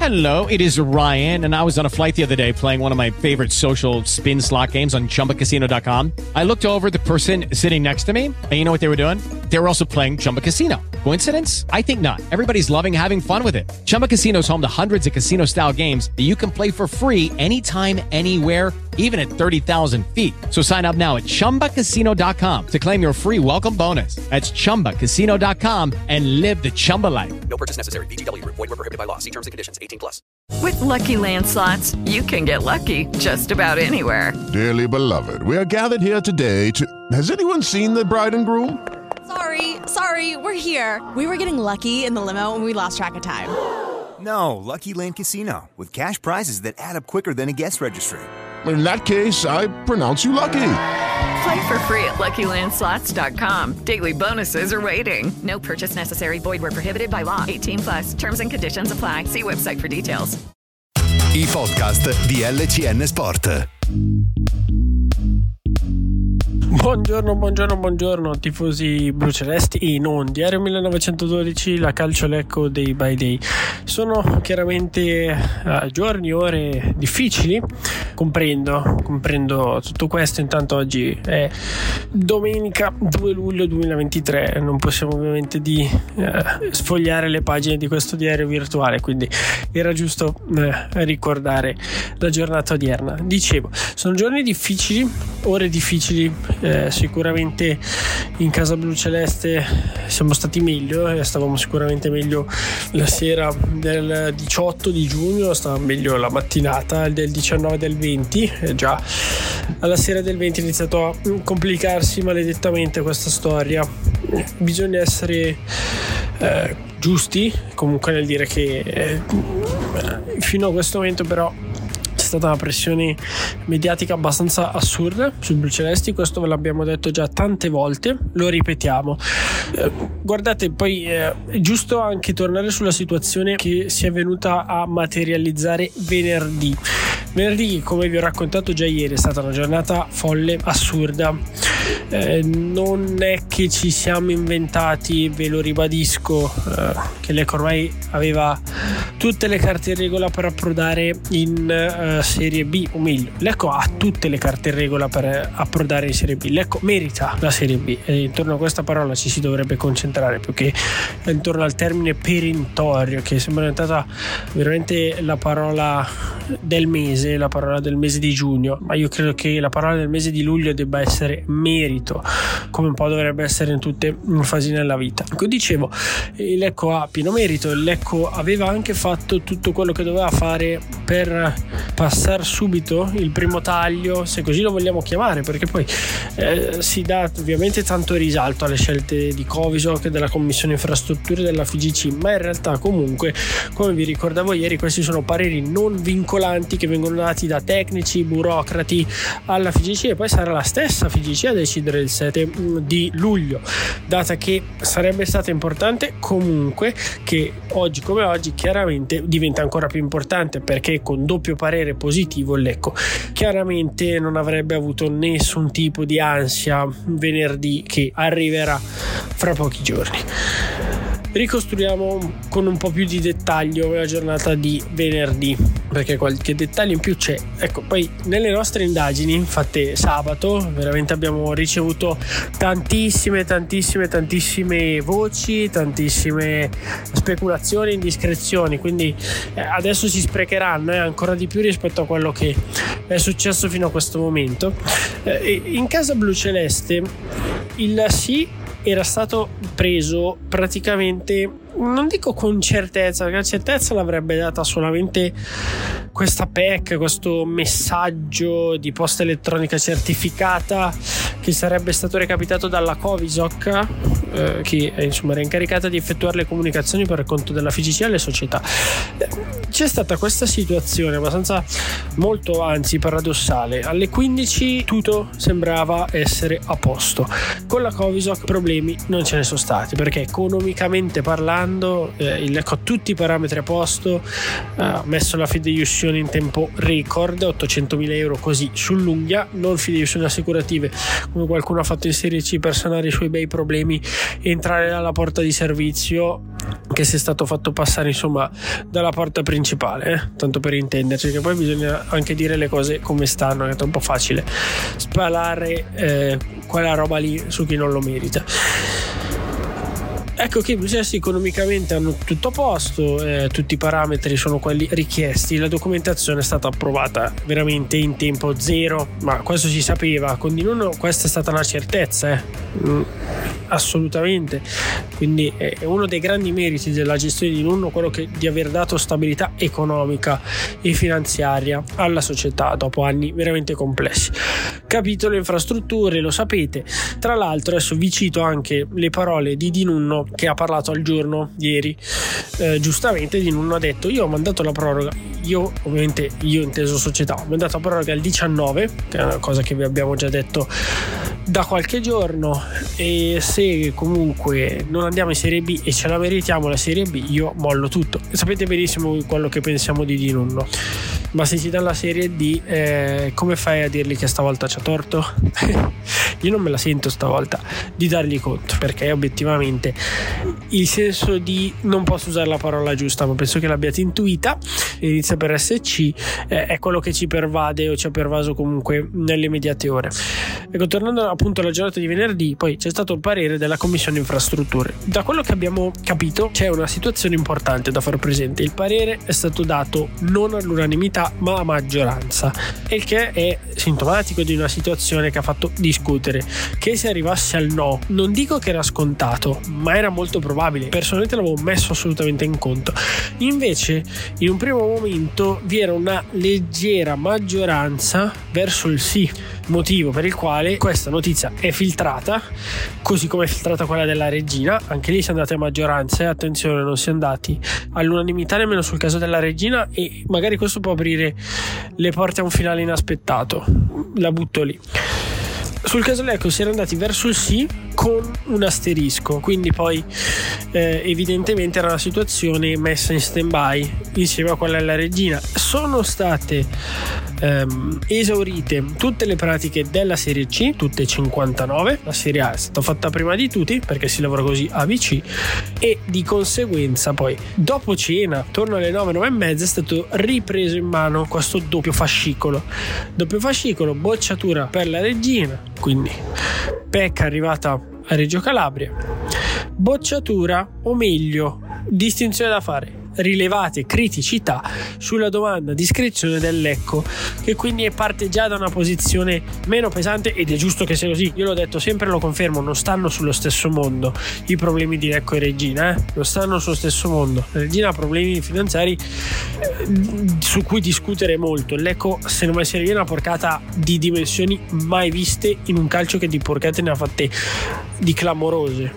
Hello, it is Ryan, and I was on a flight the other day playing one of my favorite social spin slot games on ChumbaCasino.com. I looked over at the person sitting next to me, and you know what they were doing? They were also playing Chumba Casino. Coincidence? I think not. Everybody's loving having fun with it. Chumba Casino is home to hundreds of casino-style games that you can play for free anytime, anywhere, even at 30,000 feet. So sign up now at ChumbaCasino.com to claim your free welcome bonus. That's ChumbaCasino.com and live the Chumba life. No purchase necessary. VGW. Void where prohibited by law. See terms and conditions. 18+. With Lucky Land Slots, you can get lucky just about anywhere. Dearly beloved, we are gathered here today to... Has anyone seen the bride and groom? Sorry, we're here. We were getting lucky in the limo and we lost track of time. No, Lucky Land Casino, with cash prizes that add up quicker than a guest registry. In that case, I pronounce you lucky. Play for free at LuckyLandSlots.com. Daily bonuses are waiting. No purchase necessary. Void where prohibited by law. 18+. Terms and conditions apply. See website for details. I podcast di LCN Sport. Buongiorno tifosi blucelesti e non. Diario 1912, la calcio Lecco Day by Day. Sono chiaramente giorni, ore difficili, comprendo tutto questo. Intanto oggi è domenica 2 luglio 2023, non possiamo ovviamente sfogliare le pagine di questo diario virtuale, quindi era giusto ricordare la giornata odierna. Dicevo, sono giorni difficili, ore difficili. Sicuramente in casa bluceleste siamo stati meglio, stavamo sicuramente meglio la sera del 18 di giugno, stava meglio la mattinata del 19 e del 20, già alla sera del 20 è iniziato a complicarsi maledettamente questa storia. Bisogna essere giusti comunque nel dire che fino a questo momento però è stata una pressione mediatica abbastanza assurda sui blucelesti. Questo ve l'abbiamo detto già tante volte, lo ripetiamo. Guardate, poi è giusto anche tornare sulla situazione che si è venuta a materializzare venerdì, come vi ho raccontato già ieri, è stata una giornata folle, assurda. Non è che ci siamo inventati, ve lo ribadisco, che Lecco ormai aveva tutte le carte in regola per approdare in Serie B, o meglio, Lecco ha tutte le carte in regola per approdare in Serie B. Lecco merita la Serie B e intorno a questa parola ci si dovrebbe concentrare più che intorno al termine perentorio, che sembra diventata veramente la parola del mese, la parola del mese di giugno, ma io credo che la parola del mese di luglio debba essere merito, come un po' dovrebbe essere in tutte le fasi nella vita. Come dicevo, il Lecco ha pieno merito, il Lecco aveva anche fatto tutto quello che doveva fare per passare subito il primo taglio, se così lo vogliamo chiamare, perché poi si dà ovviamente tanto risalto alle scelte di Covisoc e della Commissione Infrastrutture della FIGC, ma in realtà comunque, come vi ricordavo ieri, questi sono pareri non vincolanti che vengono dati da tecnici, burocrati alla FIGC, e poi sarà la stessa FIGC a decidere il 7 di luglio, data che sarebbe stata importante comunque, che oggi come oggi chiaramente diventa ancora più importante, perché con doppio parere positivo il Lecco chiaramente non avrebbe avuto nessun tipo di ansia venerdì, che arriverà fra pochi giorni. Ricostruiamo con un po' più di dettaglio la giornata di venerdì, perché qualche dettaglio in più c'è. Ecco, poi nelle nostre indagini fatte sabato veramente abbiamo ricevuto tantissime voci, tantissime speculazioni, indiscrezioni, quindi adesso si sprecheranno ancora di più rispetto a quello che è successo fino a questo momento. In casa bluceleste il sì era stato preso praticamente, non dico con certezza, perché la certezza l'avrebbe data solamente questa PEC, questo messaggio di posta elettronica certificata che sarebbe stato recapitato dalla Covisoc, che insomma era incaricata di effettuare le comunicazioni per conto della FIGC alle società. C'è stata questa situazione abbastanza, molto anzi paradossale. Alle 15 tutto sembrava essere a posto, con la Covisoc problemi non ce ne sono stati, perché economicamente parlando lavorando, il Lecco ha tutti i parametri a posto, ha messo la fideiussione in tempo record, 800.000 euro così sull'unghia, non fideiussioni assicurative come qualcuno ha fatto in Serie C per sanare i suoi bei problemi e entrare dalla porta di servizio che si è stato fatto passare insomma dalla porta principale, tanto per intenderci, che poi bisogna anche dire le cose come stanno, è troppo facile spalare quella roba lì su chi non lo merita. Ecco che i processi economicamente hanno tutto a posto, tutti i parametri sono quelli richiesti, la documentazione è stata approvata veramente in tempo zero, ma questo si sapeva, con Di Nunno questa è stata una certezza, assolutamente, quindi è uno dei grandi meriti della gestione di Nunno quello di aver dato stabilità economica e finanziaria alla società dopo anni veramente complessi. Capitolo infrastrutture, lo sapete, tra l'altro adesso vi cito anche le parole di Di Nunno che ha parlato al Giorno ieri. Giustamente Di Nunno ha detto: io ho mandato la proroga, io inteso società, ho mandato la proroga al 19, che è una cosa che vi abbiamo già detto da qualche giorno, e se comunque non andiamo in Serie B e ce la meritiamo la Serie B, io mollo tutto. Sapete benissimo quello che pensiamo di Di Nunno, ma se ci dà la Serie D, come fai a dirgli che stavolta c'ha torto? Io non me la sento stavolta di dargli conto, perché obiettivamente il senso di, non posso usare la parola giusta ma penso che l'abbiate intuita, inizia per SC, è quello che ci pervade o ci ha pervaso comunque nelle immediate ore. Ecco, tornando appunto alla giornata di venerdì, poi c'è stato il parere della Commissione Infrastrutture. Da quello che abbiamo capito c'è una situazione importante da far presente: il parere è stato dato non all'unanimità ma a maggioranza, il che è sintomatico di una situazione che ha fatto discutere. Che si arrivasse al no, non dico che era scontato, ma era molto probabile, personalmente l'avevo messo assolutamente in conto. Invece in un primo momento vi era una leggera maggioranza verso il sì, motivo per il quale questa notizia è filtrata, così come è filtrata quella della Regina. Anche lì si è andati a maggioranza, e attenzione, non si è andati all'unanimità nemmeno sul caso della Regina, e magari questo può aprire le porte a un finale inaspettato, la butto lì. Sul caso Lecco si era andati verso il sì con un asterisco, quindi poi evidentemente era una situazione messa in stand-by insieme a quella della Regina. Sono state esaurite tutte le pratiche della Serie C, tutte 59. La Serie A è stata fatta prima di tutti perché si lavora così ABC, e di conseguenza poi dopo cena, attorno alle 9-9:30, è stato ripreso in mano questo doppio fascicolo, bocciatura per la Regina, quindi pecca arrivata a Reggio Calabria, bocciatura, o meglio distinzione da fare, rilevate criticità sulla domanda di iscrizione del Lecco, che quindi parte già da una posizione meno pesante, ed è giusto che sia così. Io l'ho detto sempre, lo confermo, non stanno sullo stesso mondo i problemi di Lecco e Regina, non stanno sullo stesso mondo. La Regina ha problemi finanziari su cui discutere molto. Il Lecco, se non mai si arriva, una porcata di dimensioni mai viste in un calcio, che di porcate ne ha fatte di clamorose.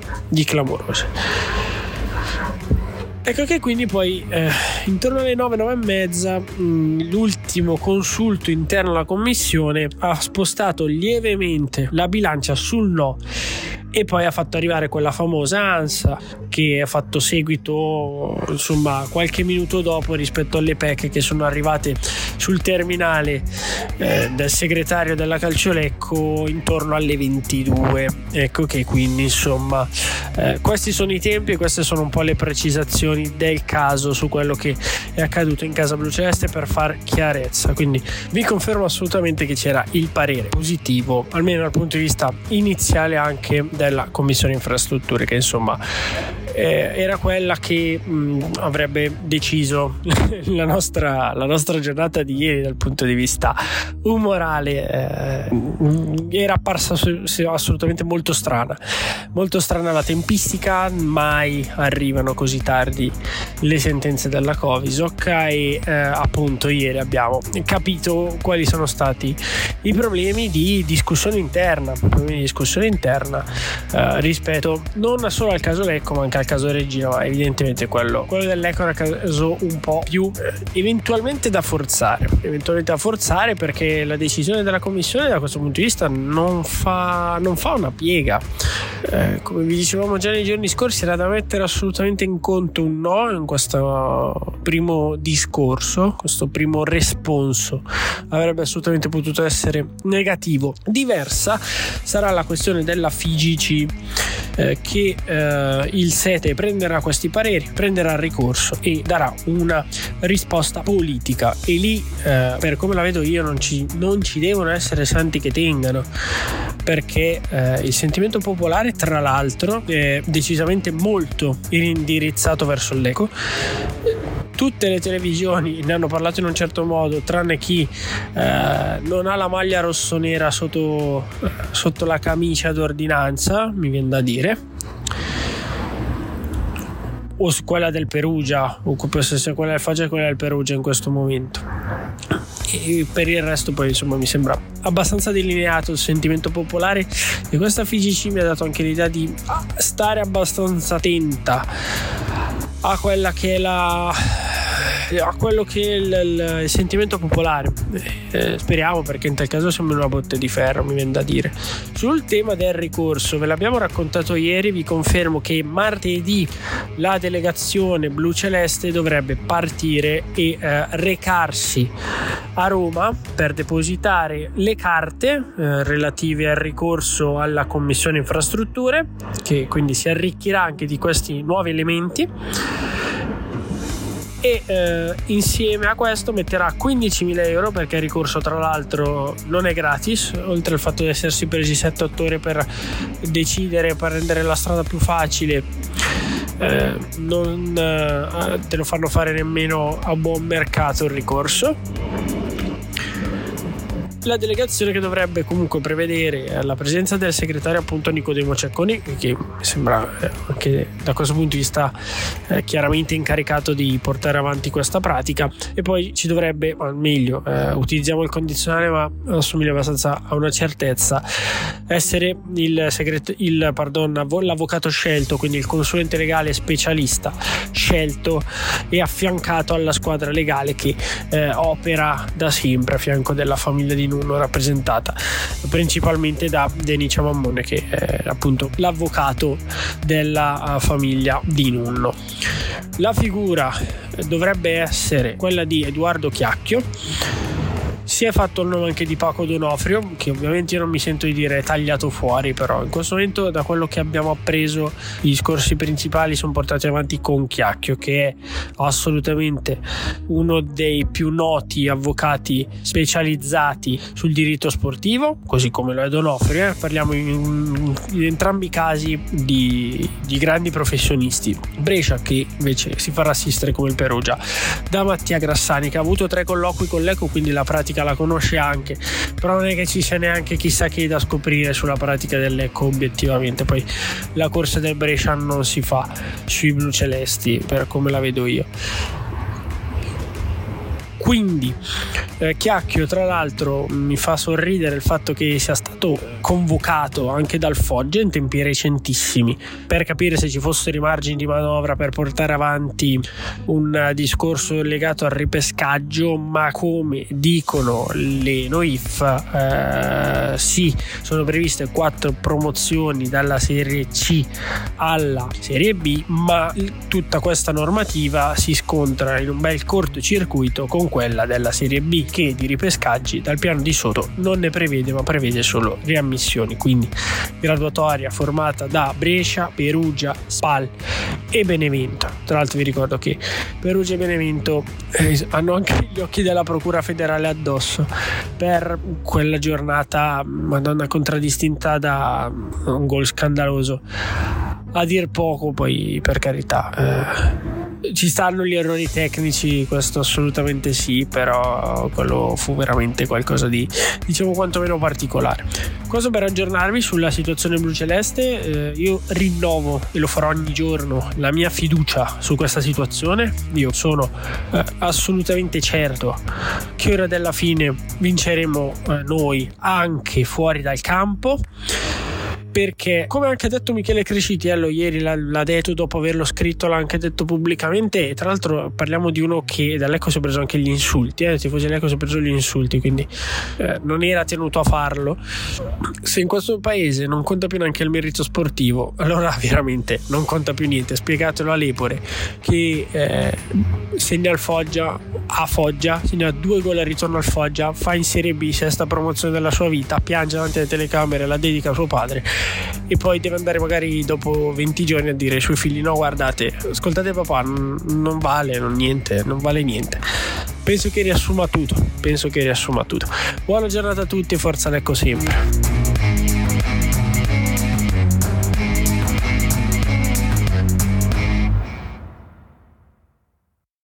Ecco che quindi poi intorno alle 9-9:30 l'ultimo consulto interno alla commissione ha spostato lievemente la bilancia sul no, e poi ha fatto arrivare quella famosa ANSA che ha fatto seguito insomma qualche minuto dopo rispetto alle pecche che sono arrivate sul terminale del segretario della Calcio Lecco intorno alle 22. Ecco che quindi insomma questi sono i tempi e queste sono un po' le precisazioni del caso su quello che è accaduto in casa bluceleste, per far chiarezza. Quindi vi confermo assolutamente che c'era il parere positivo, almeno dal punto di vista iniziale, anche della Commissione Infrastrutture, che insomma era quella che avrebbe deciso la nostra giornata di ieri dal punto di vista umorale. Era apparsa assolutamente molto strana la tempistica, mai arrivano così tardi le sentenze della Covisoc, e appunto ieri abbiamo capito quali sono stati i problemi di discussione interna rispetto non solo al caso Lecco ma anche al caso Regina, ma evidentemente quello dell'Lecco era caso un po' più eventualmente da forzare, perché la decisione della commissione da questo punto di vista non fa una piega. Come vi dicevamo già nei giorni scorsi, era da mettere assolutamente in conto un no in questo primo discorso, questo primo responso avrebbe assolutamente potuto essere negativo. Diversa sarà la questione della FIGC, che il Sete prenderà questi pareri, prenderà il ricorso e darà una risposta politica, e lì per come la vedo io non ci devono essere santi che tengano, perché il sentimento popolare tra l'altro è decisamente molto indirizzato verso il Lecco. Tutte le televisioni ne hanno parlato in un certo modo, tranne chi non ha la maglia rossonera sotto la camicia d'ordinanza, mi viene da dire, o su quella del Perugia, o se quella del Foggia e quella del Perugia in questo momento. E per il resto poi insomma mi sembra abbastanza delineato il sentimento popolare, e questa FIGC mi ha dato anche l'idea di stare abbastanza attenta a quella che è a quello che è il sentimento popolare. Speriamo, perché in tal caso siamo in una botte di ferro, mi viene da dire. Sul tema del ricorso ve l'abbiamo raccontato ieri, vi confermo che martedì la delegazione blu-celeste dovrebbe partire e recarsi a Roma per depositare le carte relative al ricorso alla Commissione Infrastrutture, che quindi si arricchirà anche di questi nuovi elementi, e insieme a questo metterà 15.000 euro, perché il ricorso tra l'altro non è gratis, oltre al fatto di essersi presi 7-8 ore per decidere, per rendere la strada più facile. Non te lo fanno fare nemmeno a buon mercato il ricorso. La delegazione, che dovrebbe comunque prevedere la presenza del segretario appunto Nicodemo Cecconi, che mi sembra anche da questo punto di vista chiaramente incaricato di portare avanti questa pratica, e poi ci dovrebbe, o meglio, utilizziamo il condizionale ma assomiglia abbastanza a una certezza, essere l'avvocato scelto, quindi il consulente legale specialista scelto e affiancato alla squadra legale che opera da sempre a fianco della famiglia di Nunno, rappresentata principalmente da Denicia Mammone, che è appunto l'avvocato della famiglia di Nunno. La figura dovrebbe essere quella di Edoardo Chiacchio. Si è fatto il nome anche di Paco Donofrio, che ovviamente io non mi sento di dire tagliato fuori, però in questo momento, da quello che abbiamo appreso, i discorsi principali sono portati avanti con Chiacchio, che è assolutamente uno dei più noti avvocati specializzati sul diritto sportivo, così come lo è Donofrio. Parliamo in entrambi i casi di grandi professionisti. Brescia, che invece si farà assistere come il Perugia da Mattia Grassani, che ha avuto 3 colloqui con l'Ecco, quindi la pratica la conosce anche, però non è che ci sia neanche chissà che da scoprire sulla pratica dell'Ecco obiettivamente. Poi la corsa del Brescia non si fa sui blucelesti, per come la vedo io. Quindi Chiacchio, tra l'altro, mi fa sorridere il fatto che sia stato convocato anche dal Foggia in tempi recentissimi, per capire se ci fossero i margini di manovra per portare avanti un discorso legato al ripescaggio, ma come dicono le NOIF, sì, sono previste 4 promozioni dalla Serie C alla Serie B, ma tutta questa normativa si scontra in un bel cortocircuito con quella della Serie B, che di ripescaggi dal piano di sotto non ne prevede, ma prevede solo riammissioni. Quindi graduatoria formata da Brescia, Perugia, Spal e Benevento. Tra l'altro vi ricordo che Perugia e Benevento hanno anche gli occhi della Procura federale addosso per quella giornata, madonna, contraddistinta da un gol scandaloso a dir poco. Poi, per carità, ci stanno gli errori tecnici, questo assolutamente sì, però quello fu veramente qualcosa di, diciamo, quantomeno particolare. Questo per aggiornarvi sulla situazione bluceleste. Io rinnovo, e lo farò ogni giorno, la mia fiducia su questa situazione. Io sono assolutamente certo che ora della fine vinceremo noi anche fuori dal campo. perché, come anche ha detto Michele Crescitiello ieri, l'ha detto dopo averlo scritto, l'ha anche detto pubblicamente, e tra l'altro parliamo di uno che da Lecco si è preso anche gli insulti, il tifoso di Lecco si è preso gli insulti, quindi non era tenuto a farlo. Se in questo paese non conta più neanche il merito sportivo, allora veramente non conta più niente. Spiegatelo a Lepore, che segna a Foggia, segna 2 gol al ritorno al Foggia, fa in Serie B, 6ª promozione della sua vita, piange davanti alle telecamere, la dedica a suo padre, e poi deve andare magari dopo 20 giorni a dire ai suoi figli: no, guardate, ascoltate papà, non vale niente. Penso che riassuma tutto. Buona giornata a tutti e forza Lecco sempre.